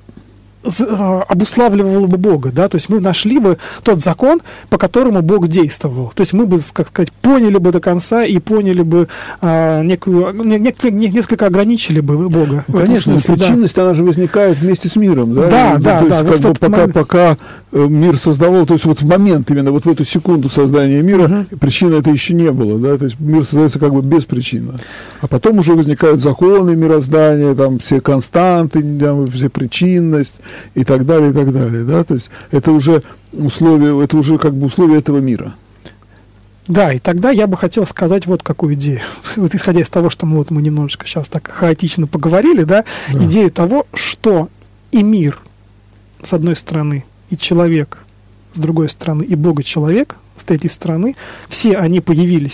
обуславливало бы Бога, да, то есть мы нашли бы тот закон, по которому Бог действовал, то есть мы бы, как сказать, поняли бы до конца и поняли бы а, некую, не, не, несколько ограничили бы Бога.
Ну, конечно, смысле, причинность, да. она же возникает вместе с миром, да,
да,
и,
да,
то
да,
есть,
да,
как бы, пока, пока мир создавал, то есть вот в момент именно, вот в эту секунду создания мира, uh-huh. причины это еще не было, да, то есть мир создается как бы без причины, а потом уже возникают законы мироздания, там все константы, там, все причинность и так далее, и так далее, да, то есть это уже условия, это уже как бы условия этого мира.
Да, и тогда я бы хотел сказать вот какую идею. Вот исходя из того, что мы, вот, мы немножечко сейчас так хаотично поговорили, да, да, идею того, что и мир, с одной стороны, и человек, с другой стороны, и Бога-человек, с третьей стороны, все они появились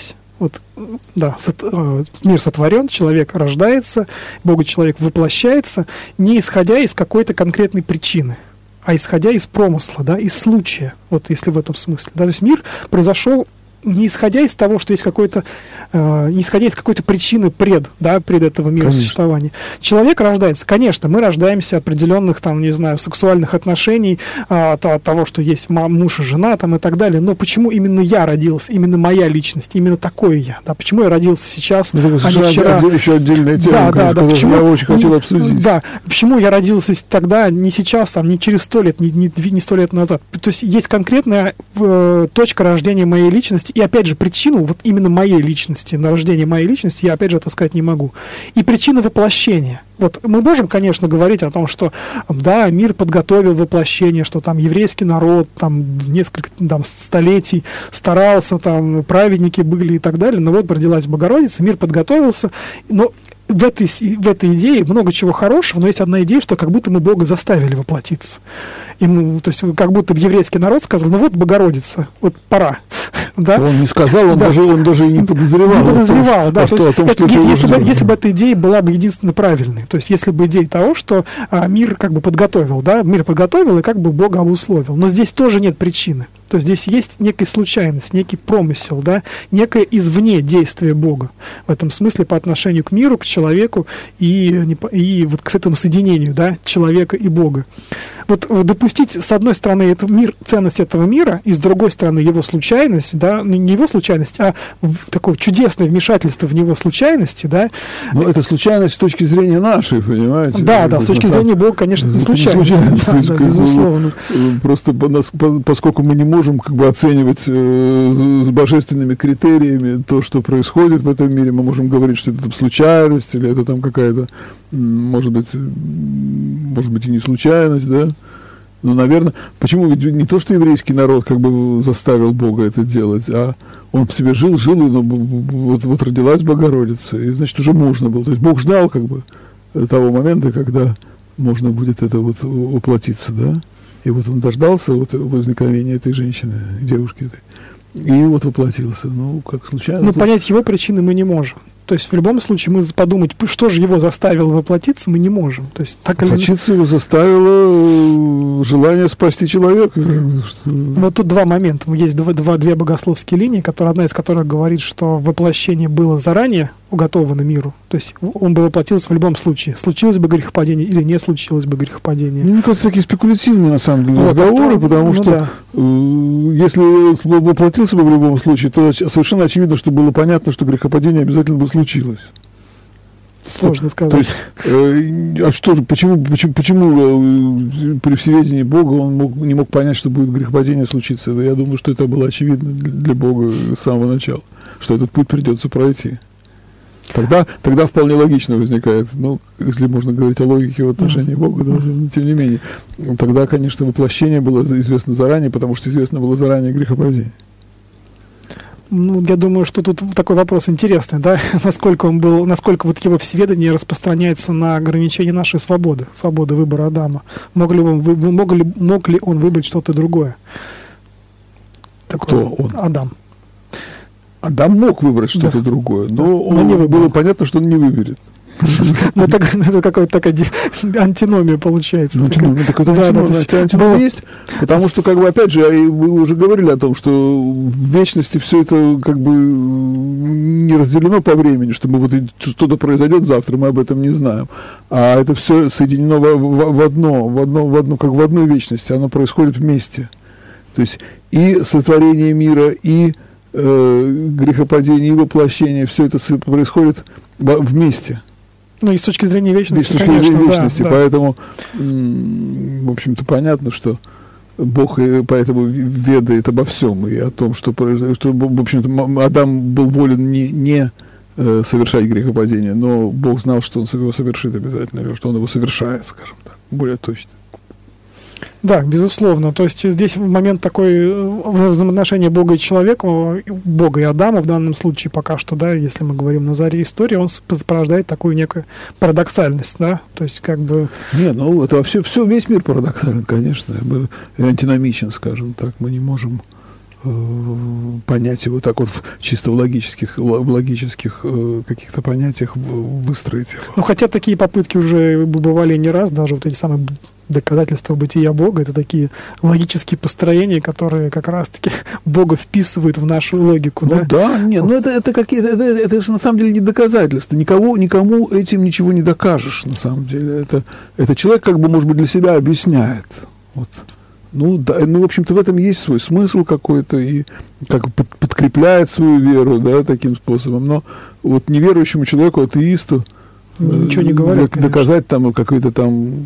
Вот, да, сот, э, мир сотворен, человек рождается, Бога человек воплощается, не исходя из какой-то конкретной причины, а исходя из промысла, да, из случая, вот если в этом смысле. Да, то есть мир произошел не исходя из того, что есть какой-то, э, не исходя из какой-то причины пред, да, пред этого мира существования. Человек рождается, конечно, мы рождаемся от определенных, там, не знаю, сексуальных отношений, э, от, от того, что есть муж и жена, там, и так далее. Но почему именно я родился, именно моя личность, именно такой я, да, почему я родился сейчас,
ну,
а не вчера.
Отдель, еще отдельная тема,
да,
конечно,
да, да, почему,
я очень хотел обсудить.
Да, почему я родился тогда, не сейчас, там, не через сто лет, не, не, не сто лет назад. То есть есть конкретная э, точка рождения моей личности. И опять же, причину вот именно моей личности, на рождение моей личности я опять же отыскать не могу. И причина воплощения. Вот мы можем, конечно, говорить о том, что да, мир подготовил воплощение, что там еврейский народ там несколько там, столетий старался, там праведники были и так далее, но вот родилась Богородица, мир подготовился, но в этой, в этой идее много чего хорошего, но есть одна идея, что как будто мы Бога заставили воплотиться. Ему, то есть как будто бы еврейский народ сказал, ну вот Богородица, вот пора. Да?
Он не сказал, он, да. даже, он даже и не подозревал.
Не подозревал, том, да.
А
то
что,
есть,
о том,
это,
что
если, если, бы, если бы эта идея была бы единственно правильной, то есть если бы идея того, что а, мир как бы подготовил, да, мир подготовил и как бы Бога обусловил. Но здесь тоже нет причины. То есть здесь есть некая случайность, некий промысел, да, некое извне действие Бога. В этом смысле по отношению к миру, к человеку и, и вот к этому соединению, да, человека и Бога. Вот допустить, с одной стороны, это мир, ценность этого мира, и с другой стороны, его случайность, да, не его случайность, а такое чудесное вмешательство в него случайности, да.
Но это случайность с точки зрения нашей, понимаете?
Да, да, с точки
сам...
зрения Бога, конечно, не случайность.
Не случайность
да, да, безусловно.
Просто поскольку мы не можем как бы оценивать э, с божественными критериями то, что происходит в этом мире, мы можем говорить, что это там случайность, или это там какая-то, может быть, может быть и не случайность, да? Ну, наверное, почему? Ведь не то, что еврейский народ как бы заставил Бога это делать, а он по себе жил, жил, и ну, вот, вот родилась Богородица, и, значит, уже можно было. То есть Бог ждал как бы того момента, когда можно будет это вот воплотиться, да? И вот он дождался вот возникновения этой женщины, девушки этой, и вот воплотился. Ну, как случайно.
Но понять его причины мы не можем. То есть в любом случае мы подумать, что же его заставило воплотиться, мы не можем. То есть, так
воплотиться или... его заставило желание спасти человека.
Вот тут два момента. Есть два, два, две богословские линии, которые, одна из которых говорит, что воплощение было заранее уготовано миру. То есть он бы воплотился в любом случае. Случилось бы грехопадение или не случилось бы грехопадение.
Ну, как-то такие спекулятивные, на самом деле, вот, разговоры, авто... потому ну, что да. э, если воплотился бы в любом случае, то совершенно очевидно, что было понятно, что грехопадение обязательно бы случилось.
Сложно сказать.
То есть, э, а что же, почему, почему, почему э, при всеведении Бога он мог, не мог понять, что будет грехопадение случиться? Я думаю, что это было очевидно для, для Бога с самого начала, что этот путь придется пройти. Тогда, тогда вполне логично возникает, ну, если можно говорить о логике в отношении Бога, да, но тем не менее, тогда, конечно, воплощение было известно заранее, потому что известно было заранее грехопадение.
Ну, я думаю, что тут такой вопрос интересный, да, насколько он был, насколько вот его всеведение распространяется на ограничение нашей свободы, свободы выбора Адама. Мог ли он, мог ли, мог ли он выбрать что-то другое?
Кто он?
Адам.
Адам мог выбрать что-то да. другое, но, но он,
не
было понятно, что он не выберет.
Ну, это какая-то такая антиномия получается.
Ну, так это антиномия есть, потому что, как бы, опять же, вы уже говорили о том, что в вечности все это, как бы, не разделено по времени, что мы вот что-то произойдет завтра, мы об этом не знаем, а это все соединено в одно, в одно, в одну, как в одной вечности, оно происходит вместе. То есть и сотворение мира, и э, грехопадение, и воплощение, все это происходит вместе.
Ну, и с точки зрения вечности,
и с точки
конечно,
зрения вечности,
да,
поэтому, да. в общем-то, понятно, что Бог поэтому ведает обо всем, и о том, что произойдет, что, в общем-то, Адам был волен не, не э, совершать грехопадение, но Бог знал, что он его совершит обязательно, или что он его совершает, скажем так, более точно.
Да, безусловно. То есть здесь момент такой взаимоотношения Бога и человека, Бога и Адама в данном случае пока что, да, если мы говорим на заре истории, он порождает такую некую парадоксальность, да, то есть как бы...
Не, ну это вообще все, весь мир парадоксален, конечно, антиномичен, скажем так, мы не можем понятия вот так вот в чисто в логических, в логических каких-то понятиях выстроить его.
Ну, хотя такие попытки уже бывали не раз, даже вот эти самые доказательства бытия Бога, это такие логические построения, которые как раз-таки Бога вписывают в нашу логику.
Ну
да,
да нет, ну это, это какие-то, это, это же на самом деле не доказательства. Никого, никому этим ничего не докажешь, на самом деле. Это, это человек как бы, может быть, для себя объясняет. Вот. Ну, да, ну, в общем-то, в этом есть свой смысл какой-то, и как бы под, подкрепляет свою веру, да, таким способом. Но вот неверующему человеку, атеисту,
ничего не говорят,
доказать там какое-то там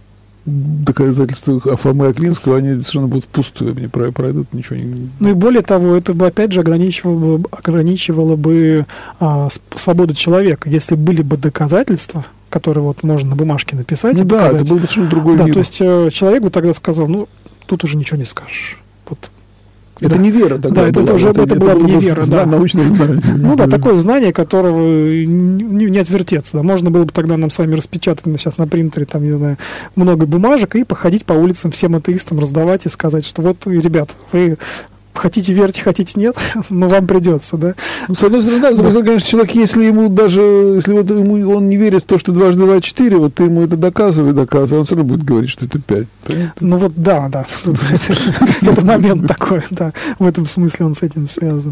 доказательства Фомы Аквинского, они совершенно будут впустую, они пройдут, ничего не...
Ну и более того, это бы, опять же, ограничивало бы, ограничивало бы а, свободу человека, если были бы доказательства, которые вот можно на бумажке написать
ну
и
да,
показать.
это был бы совершенно другой
да,
мир.
То есть э, человек бы тогда сказал, ну, тут уже ничего не скажешь. Вот.
Это
да.
не вера тогда
Да, это,
была,
это уже
это,
это
это
была бы
было
не вера,
зна-
да.
научное знание.
Ну да, такое знание, которого не, не отвертеться. Да. Можно было бы тогда нам с вами распечатать сейчас на принтере там, не знаю, много бумажек и походить по улицам всем атеистам, раздавать и сказать, что вот, ребят, вы хотите верьте, хотите нет, но вам придется, да.
Ну, с одной стороны, да, с другой стороны, конечно, человек, если ему даже, если вот ему, он не верит в то, что дважды два четыре, вот ты ему это доказывай, доказывай, он все равно будет говорить, что это пять.
Ну вот да, да, это момент такой, да, в этом смысле он с этим связан.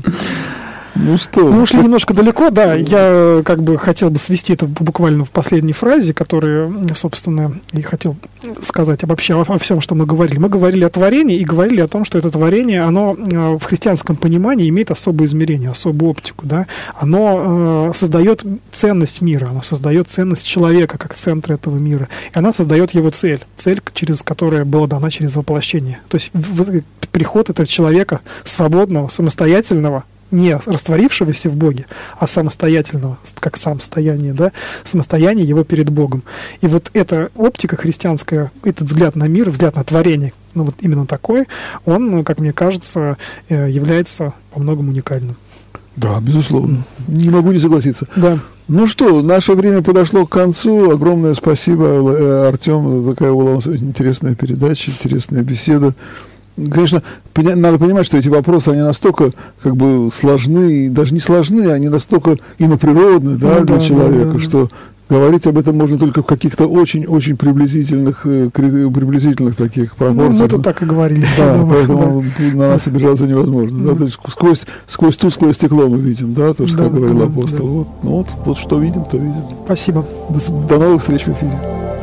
Ну что?
Мы ушли немножко далеко, да, я как бы хотел бы свести это буквально в последней фразе, которую, собственно, и хотел сказать обобща обо всем, что мы говорили. Мы говорили о творении и говорили о том, что это творение, оно в христианском понимании имеет особое измерение, особую оптику, да, оно э, создает ценность мира, оно создает ценность человека как центра этого мира, и она создает его цель, цель, через которая была дана через воплощение. То есть в, в, приход этого человека свободного, самостоятельного, не растворившегося в Боге, а самостоятельного, как сам состояние, да, самостояние его перед Богом. И вот эта оптика христианская, этот взгляд на мир, взгляд на творение, ну вот именно такой, он, как мне кажется, является во многом уникальным.
Да, безусловно. Mm. Не могу не согласиться.
Да.
Ну что, наше время подошло к концу. Огромное спасибо, Артем. Такая была интересная передача, интересная беседа. Конечно, надо понимать, что эти вопросы, они настолько как бы сложны, даже не сложны, они настолько иноприродны, да, ну, для да, человека, да, да, что говорить об этом можно только в каких-то очень-очень приблизительных, приблизительных таких пропорциях.
Ну, мы тут так и говорили.
Да, думаю, поэтому да. на нас обижаться невозможно. Да. Да, то есть сквозь, сквозь тусклое стекло мы видим, да, то, что, да, как говорил да, апостол. Да. Вот, ну, вот, вот что видим, то видим.
Спасибо.
До, до новых встреч в эфире.